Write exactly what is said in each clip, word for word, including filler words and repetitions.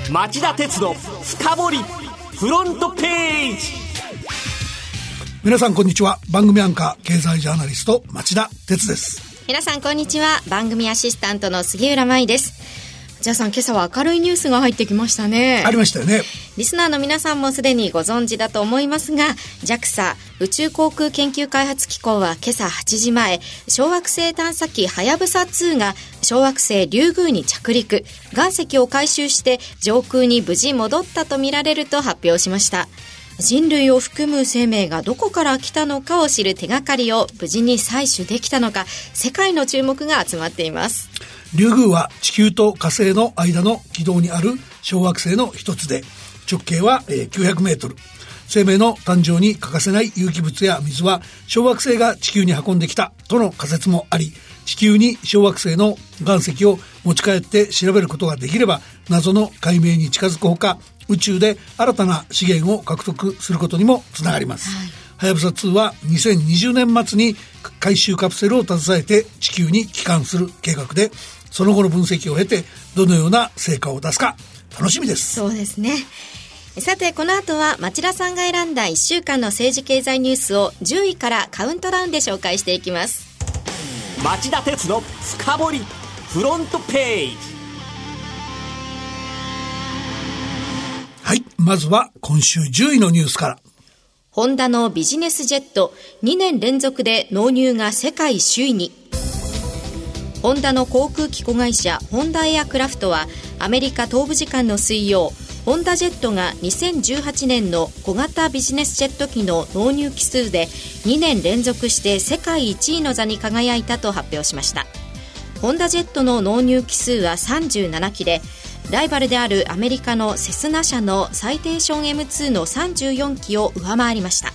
町田鉄の深掘りフロントページ。 皆さんこんにちは。番組アンカー経済ジャーナリスト町田鉄です。 皆さんこんにちは。番組アシスタントの杉浦舞です。じゃあさん、今朝は明るいニュースが入ってきましたね。 ありましたよね。 リスナーの皆さんもすでにご存知だと思いますが、 ジャクサ 宇宙航空研究開発機構は今朝はちじまえ、小惑星探査機はやぶさにが小惑星リュウグウに着陸、岩石を回収して上空に無事戻ったとみられると発表しました。人類を含む生命がどこから来たのかを知る手がかりを無事に採取できたのか、世界の注目が集まっています。 リュウグウは地球と火星の間の軌道にある小惑星の一つで、直径はきゅうひゃくメートル。生命の誕生に欠かせない有機物や水は小惑星が地球に運んできたとの仮説もあり、地球に小惑星の岩石を持ち帰って調べることができれば謎の解明に近づくほか、宇宙で新たな資源を獲得することにもつながります。はやぶさにはにせんにじゅうねん末に回収カプセルを携えて地球に帰還する計画で、その後の分析を経てどのような成果を出すか楽しみです。 そうですね。さてこの後は町田さんが選んだいっしゅうかんの政治経済ニュースをじゅういからカウントダウンで紹介していきます。 町田鉄の深掘りフロントページ。 はい、まずは今週じゅういのニュースから。 ホンダのビジネスジェットにねん連続で納入が世界首位に。ホンダの航空機子会社ホンダエアクラフトはアメリカ東部時間の水曜、ホンダジェットがにせんじゅうはちねんの小型ビジネスジェット機の納入機数でにねん連続して世界いちいの座に輝いたと発表しました。ホンダジェットの納入機数はさんじゅうななきで、ライバルであるアメリカのセスナ社のサイテーション エムツー のさんじゅうよんきを上回りました。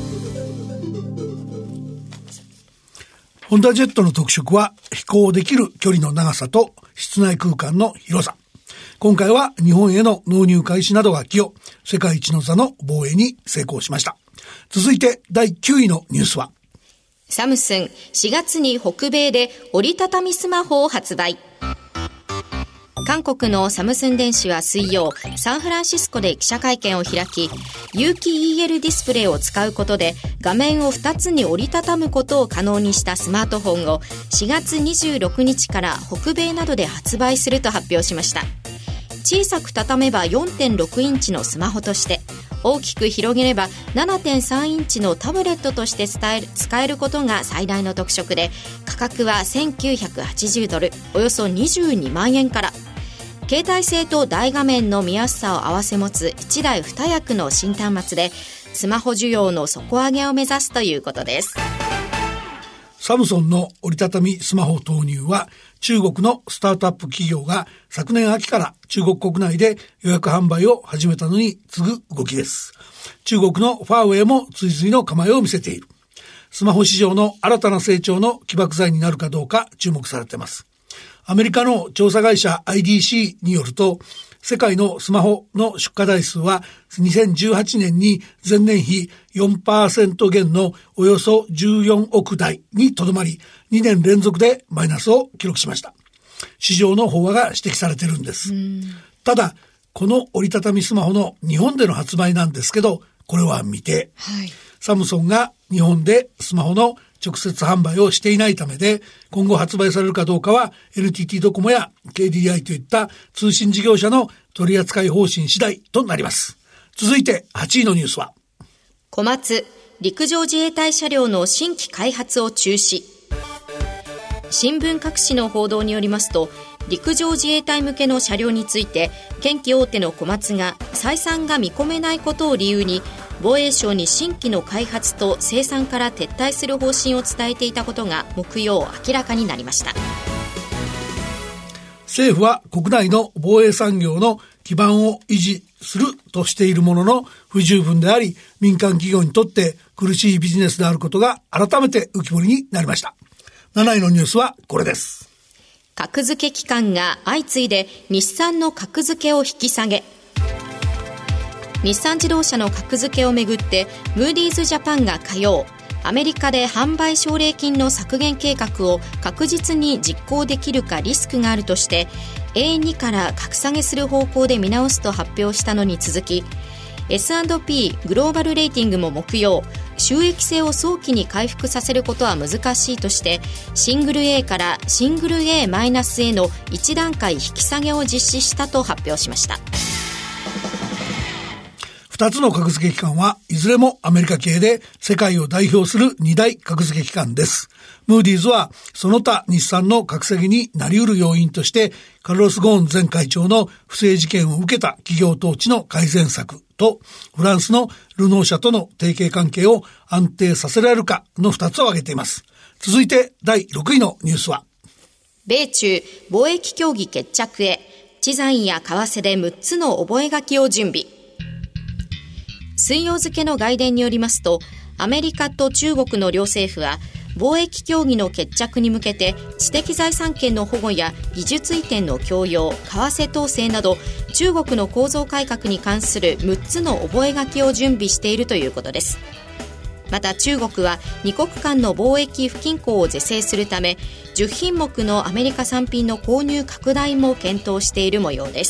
ホンダジェットの特色は飛行できる距離の長さと室内空間の広さ。今回は日本への納入開始などが寄与、世界一の座の防衛に成功しました。続いてだいきゅういのニュースは、 サムスンしがつに北米で折りたたみスマホを発売。韓国のサムスン電子は水曜、サンフランシスコで記者会見を開き、有機 イーエル ディスプレイを使うことで画面をふたつに折りたたむことを可能にしたスマートフォンをしがつにじゅうろくにちから北米などで発売すると発表しました。小さく畳めば よんてんろくインチのスマホとして、大きく広げれば ななてんさんインチのタブレットとして伝える使えることが最大の特色で、価格はせんきゅうひゃくはちじゅうドル、およそにじゅうにまんえんから。携帯性と大画面の見やすさを併せ持ついちだいに役の新端末で、スマホ需要の底上げを目指すということです。 サムソンの折りたたみスマホ投入は中国のスタートアップ企業が昨年秋から中国国内で予約販売を始めたのに次ぐ動きです。中国のファーウェイも追随の構えを見せている。スマホ市場の新たな成長の起爆剤になるかどうか注目されています。アメリカの調査会社 アイディーシー によると、世界のスマホの出荷台数はにせんじゅうはちねんに前年比 よんパーセント 減のおよそじゅうよんおくだいにとどまり、にねん連続でマイナスを記録しました。市場の飽和が指摘されているんです。ただ、この折りたたみスマホの日本での発売なんですけど、これは未定。はい、サムソンが日本でスマホの直接販売をしていないためで、今後発売されるかどうかは エヌティーティー ドコモや ケーディーアイ といった通信事業者の取扱い方針次第となります。続いてはちいのニュースは、 小松陸上自衛隊車両の新規開発を中止。新聞各紙の報道によりますと、陸上自衛隊向けの車両について建機大手の小松が採算が見込めないことを理由に防衛省に新規の開発と生産から撤退する方針を伝えていたことが木曜明らかになりました。 政府は国内の防衛産業の基盤を維持するとしているものの不十分であり、民間企業にとって苦しいビジネスであることが改めて浮き彫りになりました。なないのニュースはこれです。 格付け機関が相次いで日産の格付けを引き下げ。日産自動車の格付けをめぐってムーディーズジャパンが火曜、 アメリカで販売奨励金の削減計画を確実に実行できるかリスクがあるとして エーツー から格下げする方向で見直すと発表したのに続き、 エスアンドピー グローバルレーティングも木曜、収益性を早期に回復させることは難しいとしてシングル A からシングル エー マイナスへのいち段階引き下げを実施したと発表しました。 二つの格付け機関はいずれもアメリカ系で世界を代表する二大格付け機関です。ムーディーズはその他日産の格下げになり得る要因としてカルロス・ゴーン前会長の不正事件を受けた企業統治の改善策とフランスのルノー社との提携関係を安定させられるかの二つを挙げています。続いてだいろくいのニュースは、 米中貿易協議決着へ、知財や為替でむっつの覚書を準備。水曜付の外電によりますと、アメリカと中国の両政府は貿易協議の決着に向けて知的財産権の保護や技術移転の強要、為替統制など中国の構造改革に関するむっつの覚書を準備しているということです。また中国はに国間の貿易不均衡を是正するためじゅっ品目のアメリカ産品の購入拡大も検討している模様です。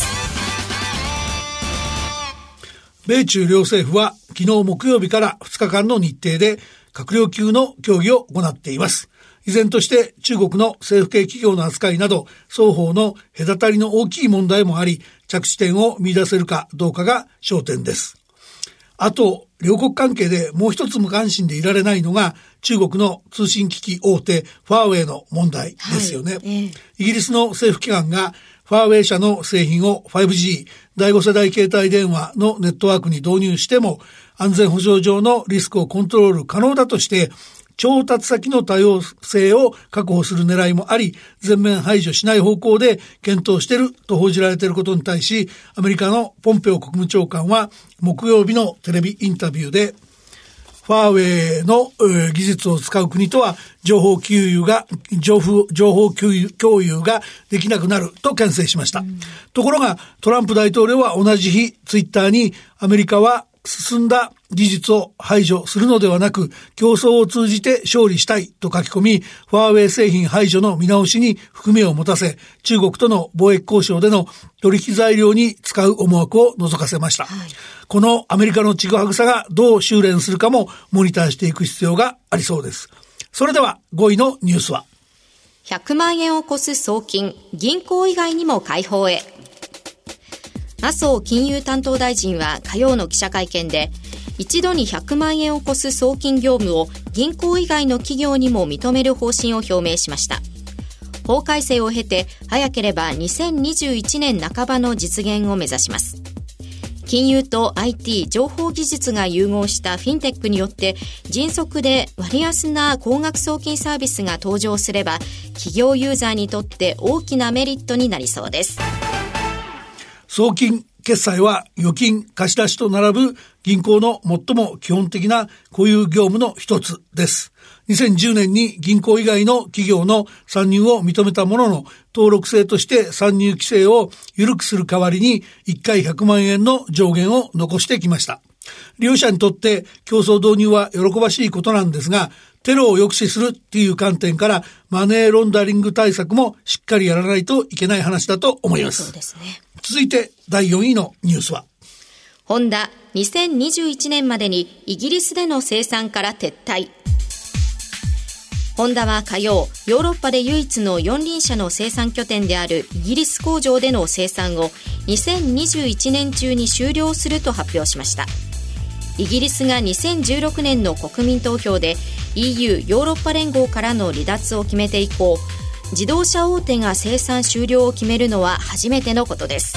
米中両政府は昨日木曜日からふつかかんの日程で閣僚級の協議を行っています。依然として中国の政府系企業の扱いなど双方の隔たりの大きい問題もあり、着地点を見出せるかどうかが焦点です。あと、両国関係でもう一つ無関心でいられないのが中国の通信機器大手ファーウェイの問題ですよね。はい、えー、イギリスの政府機関がファーウェイ社の製品を ファイブジー だいご世代携帯電話のネットワークに導入しても安全保障上のリスクをコントロール可能だとして調達先の多様性を確保する狙いもあり、全面排除しない方向で検討していると報じられていることに対し、アメリカのポンペオ国務長官は木曜日のテレビインタビューで、ファーウェイの、えー、技術を使う国とは情報共有が情報情報共有、共有ができなくなると牽制しました。うん、ところがトランプ大統領は同じ日ツイッターにアメリカは進んだ技術を排除するのではなく競争を通じて勝利したいと書き込み、ファーウェイ製品排除の見直しに含みを持たせ、中国との貿易交渉での取引材料に使う思惑を覗かせました。はい、このアメリカのちぐはぐさがどう修練するかもモニターしていく必要がありそうです。それではごいのニュースは、 ひゃくまんえんを超す送金、銀行以外にも開放へ。麻生金融担当大臣は火曜の記者会見で、一度にひゃくまんえんを超す送金業務を銀行以外の企業にも認める方針を表明しました。法改正を経て早ければにせんにじゅういちねん半ばの実現を目指します。金融と アイティー 情報技術が融合したフィンテックによって迅速で割安な高額送金サービスが登場すれば企業ユーザーにとって大きなメリットになりそうです。 送金決済は預金貸し出しと並ぶ銀行の最も基本的な固有業務の一つです。にせんじゅうねんに銀行以外の企業の参入を認めたものの、登録制として参入規制を緩くする代わりにいっかいひゃくまんえんの上限を残してきました。利用者にとって競争導入は喜ばしいことなんですが、テロを抑止するっていう観点からマネーロンダリング対策もしっかりやらないといけない話だと思います。 そうですね。 続いてだいよんいのニュースは、 ホンダにせんにじゅういちねんまでにイギリスでの生産から撤退。ホンダは火曜、ヨーロッパで唯一の四輪車の生産拠点であるイギリス工場での生産をにせんにじゅういちねん中に終了すると発表しました。イギリスがにせんじゅうろくねんの国民投票で イーユー ヨーロッパ連合からの離脱を決めて以降、自動車大手が生産終了を決めるのは初めてのことです。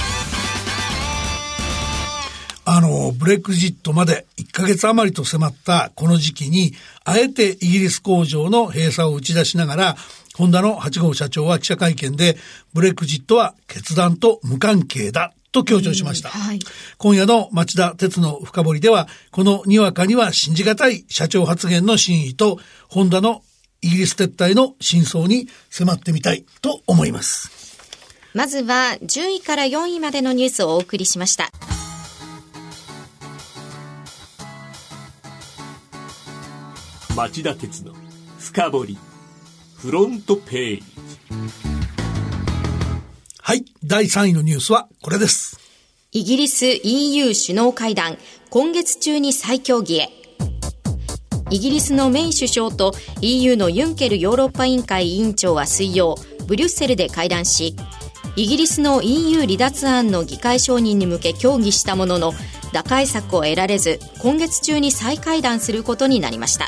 あのブレグジットまでいっかげつ余りと迫ったこの時期に、あえてイギリス工場の閉鎖を打ち出しながら、ホンダのはち号社長は記者会見で、ブレグジットは決断と無関係だと強調しました。はい、今夜の町田鉄の深掘りでは、このにわかには信じがたい社長発言の真意と、ホンダのイギリス撤退の真相に迫ってみたいと思います。 まずはじゅういからよんいまでのニュースをお送りしました。 町田鉄の深掘りフロントページ。 はい、だいさんいのニュースはこれです。 イギリス イーユー 首脳会談、今月中に再協議へ。イギリスのメイ首相と イーユー のユンケルヨーロッパ委員会委員長は水曜、ブリュッセルで会談し、イギリスの イーユー 離脱案の議会承認に向け協議したものの、打開策を得られず、今月中に再会談することになりました。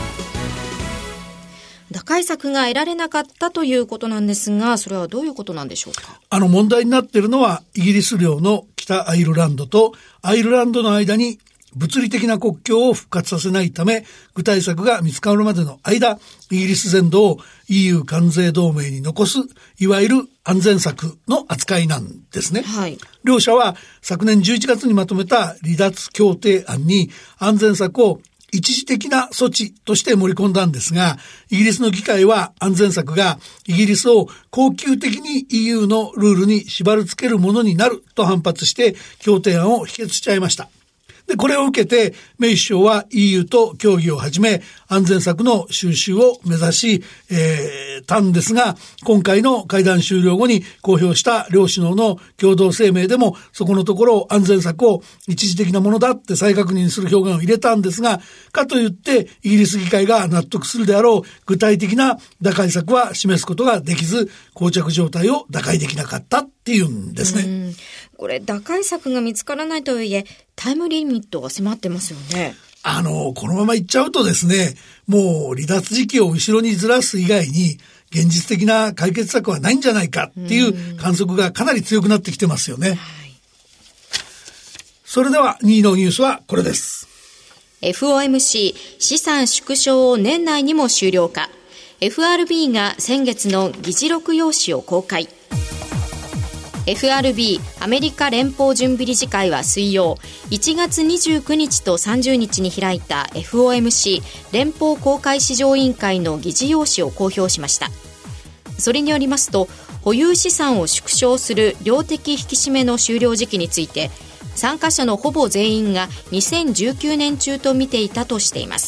打開策が得られなかったということなんですが、それはどういうことなんでしょうか。 あの問題になっているのは、イギリス領の北アイルランドとアイルランドの間に物理的な国境を復活させないため、具体策が見つかるまでの間、イギリス全土を イーユー 関税同盟に残す、いわゆる安全策の扱いなんですね。 はい、 両者は昨年じゅういちがつにまとめた離脱協定案に安全策を一時的な措置として盛り込んだんですが、イギリスの議会は安全策がイギリスを恒久的に イーユー のルールに縛り付けるものになると反発して協定案を否決しちゃいました。で、これを受けて、メイ首相は イーユー と協議を始め、安全策の収集を目指し、えー、たんですが、今回の会談終了後に公表した両首脳の共同声明でも、そこのところ安全策を一時的なものだって再確認する表現を入れたんですが、かといって、イギリス議会が納得するであろう具体的な打開策は示すことができず、膠着状態を打開できなかったっていうんですね。 うんこれ、打開策が見つからないとはいえ、タイムリミットが迫ってますよね。 あの、このままいっちゃうとですね、もう離脱時期を後ろにずらす以外に、現実的な解決策はないんじゃないかっていう観測がかなり強くなってきてますよね。はい、それではにいのニュースはこれです。 エフオーエムシー 資産縮小を年内にも終了か。エフアールビー が先月の議事録用紙を公開。エフアールビー アメリカ連邦準備理事会は水曜、いちがつにじゅうくにちとさんじゅうにちに開いた エフオーエムシー 連邦公開市場委員会の議事要旨を公表しました。それによりますと、保有資産を縮小する量的引き締めの終了時期について、参加者のほぼ全員がにせんじゅうきゅうねん中と見ていたとしています。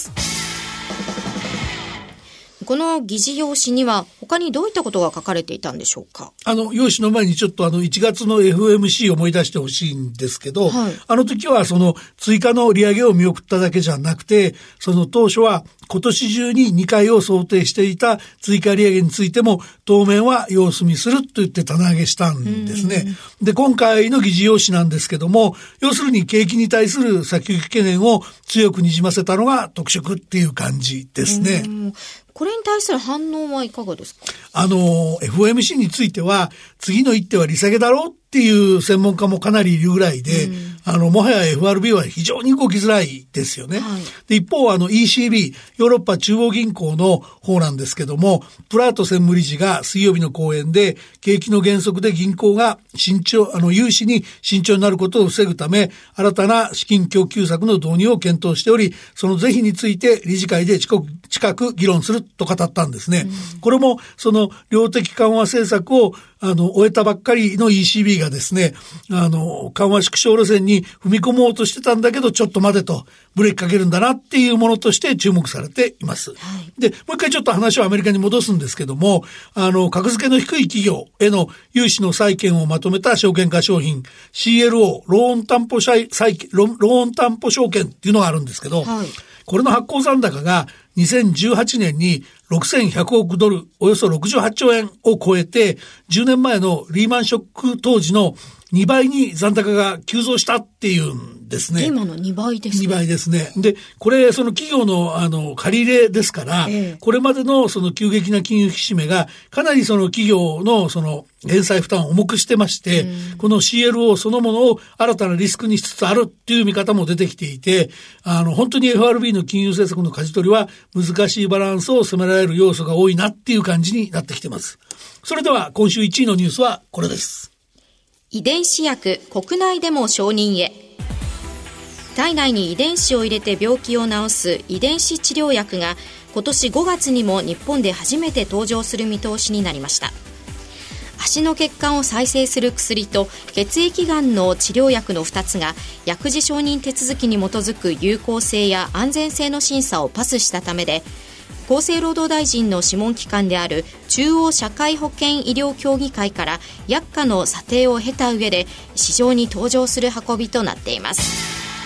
この議事要旨には他にどういったことが書かれていたんでしょうか。 あの要旨の前にちょっとあのいちがつの エフオーエムシー を思い出してほしいんですけど、はい、あの時はその追加の利上げを見送っただけじゃなくて、その当初は今年中ににかいを想定していた追加利上げについても当面は様子見すると言って棚上げしたんですね。で、今回の議事要旨なんですけども、要するに景気に対する先行き懸念を強くにじませたのが特色っていう感じですね。 これに対する反応はいかがですか。 あの エフオーエムシー については次の一手は利下げだろうっていう専門家もかなりいるぐらいで、うん、あのもはや エフアールビー は非常に動きづらいですよね。はい、で一方あの イーシービー ヨーロッパ中央銀行の方なんですけども、プラート専務理事が水曜日の講演で、景気の減速で銀行が慎重あの融資に慎重になることを防ぐため新たな資金供給策の導入を検討しており、その是非について理事会で近く、近く議論すると語ったんですね。うん、これもその量的緩和政策をあの終えたばっかりの イーシービー がですね、あの緩和縮小路線に踏み込もうとしてたんだけど、ちょっと待てとブレーキかけるんだなっていうものとして注目されています。はい、でもう一回ちょっと話をアメリカに戻すんですけども、あの格付けの低い企業への融資の債券をまとめた証券化商品 シーエルオー ローン担保債ローン担保証券っていうのがあるんですけど、はい、これの発行残高がにせんじゅうはちねんにろくせんひゃくおくドル、およそろくじゅうはちちょうえんを超えて、じゅうねんまえのリーマンショック当時のにばいに残高が急増したっていうんですね。 今のにばいですね。 にばいですね。で、これ、その企業の、あの、借り入れですから、ええ、これまでのその急激な金融引き締めが、かなりその企業のその、返済負担を重くしてまして、この シーエルオー そのものを新たなリスクにしつつあるっていう見方も出てきていて、あの、本当に エフアールビー の金融政策の舵取りは難しいバランスを迫られる要素が多いなっていう感じになってきてます。それでは今週いちいのニュースはこれです。 遺伝子薬、国内でも承認へ。体内に遺伝子を入れて病気を治す遺伝子治療薬が今年ごがつにも日本で初めて登場する見通しになりました。 足の血管を再生する薬と血液がんの治療薬のふたつが薬事承認手続きに基づく有効性や安全性の審査をパスしたためで、厚生労働大臣の諮問機関である中央社会保険医療協議会から薬価の査定を経た上で市場に登場する運びとなっています。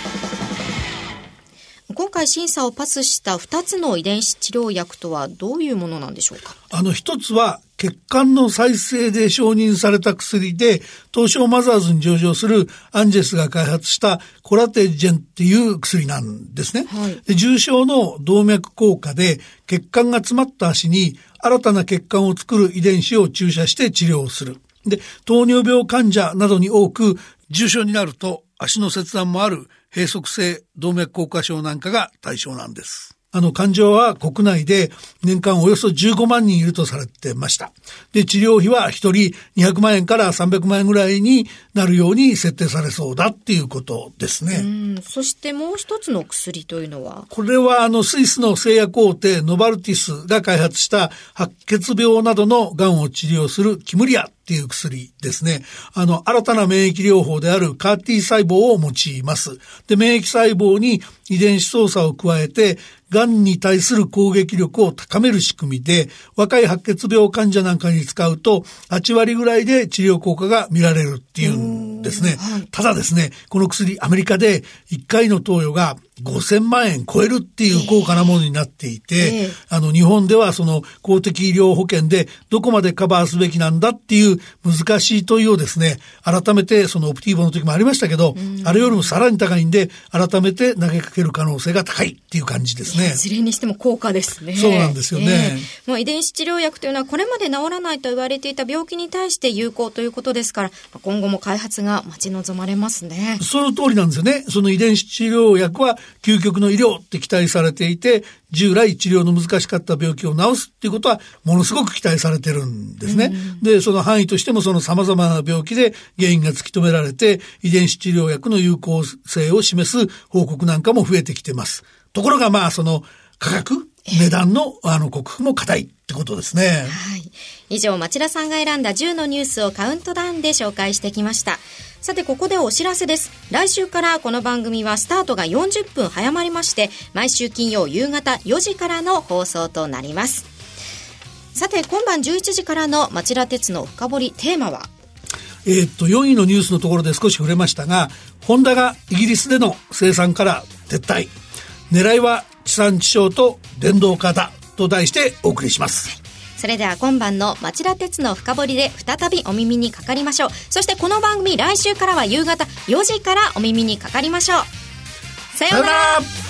今回審査をパスしたふたつの遺伝子治療薬とはどういうものなんでしょうか。 あの一つは血管の再生で承認された薬で、東証マザーズに上場するアンジェスが開発したコラテジェンっていう薬なんですね、はい、で重症の動脈硬化で血管が詰まった足に新たな血管を作る遺伝子を注射して治療する。で糖尿病患者などに多く重症になると足の切断もある閉塞性動脈硬化症なんかが対象なんです。あの患者は国内で年間およそじゅうごまんにんいるとされてました。で治療費はひとりにひゃくまんえんからさんびゃくまんえんぐらいになるように設定されそうだっていうことですね。 うん、そしてもう一つの薬というのは、 これはあのスイスの製薬大手ノバルティスが開発した白血病などのがんを治療するキムリアっていう薬ですね。あの新たな免疫療法であるカー T 細胞を用います。で免疫細胞に遺伝子操作を加えてがんに対する攻撃力を高める仕組みで、若い白血病患者なんかに使うとはちわりぐらいで治療効果が見られるっていうんですね、はい、ただですね、この薬アメリカでいっかいの投与がごせんまんえん超えるっていう高価なものになっていて、えー、あの日本ではその公的医療保険でどこまでカバーすべきなんだっていう難しい問いをですね、改めてそのオプティーボの時もありましたけど、あれよりもさらに高いんで改めて投げかける可能性が高いっていう感じですね。 いずれにしても高価ですね。 そうなんですよね、 えー、もう遺伝子治療薬というのはこれまで治らないと言われていた病気に対して有効ということですから、今後も開発が待ち望まれますね。 その通りなんですよね。その遺伝子治療薬は究極の医療って期待されていて、従来治療の難しかった病気を治すっていうことはものすごく期待されてるんですね、うん、でその範囲としてもその様々な病気で原因が突き止められて遺伝子治療薬の有効性を示す報告なんかも増えてきてます。ところがまあその価格値段のあの国府も硬いってことですね。 はい、以上町田さんが選んだじゅうのニュースをカウントダウンで紹介してきました。さてここでお知らせです。来週からこの番組はスタートがよんじゅっぷん早まりまして、毎週金曜夕方よじからの放送となります。さて今晩じゅういちじからの町田鉄の深掘りテーマは、 えー、っとよんいのニュースのところで少し触れましたが、ホンダがイギリスでの生産から撤退、狙いは地産地消と電動化だと題してお送りします。 それでは今晩の町田鉄の深掘りで再びお耳にかかりましょう。そしてこの番組来週からは夕方よじからお耳にかかりましょう。さようなら。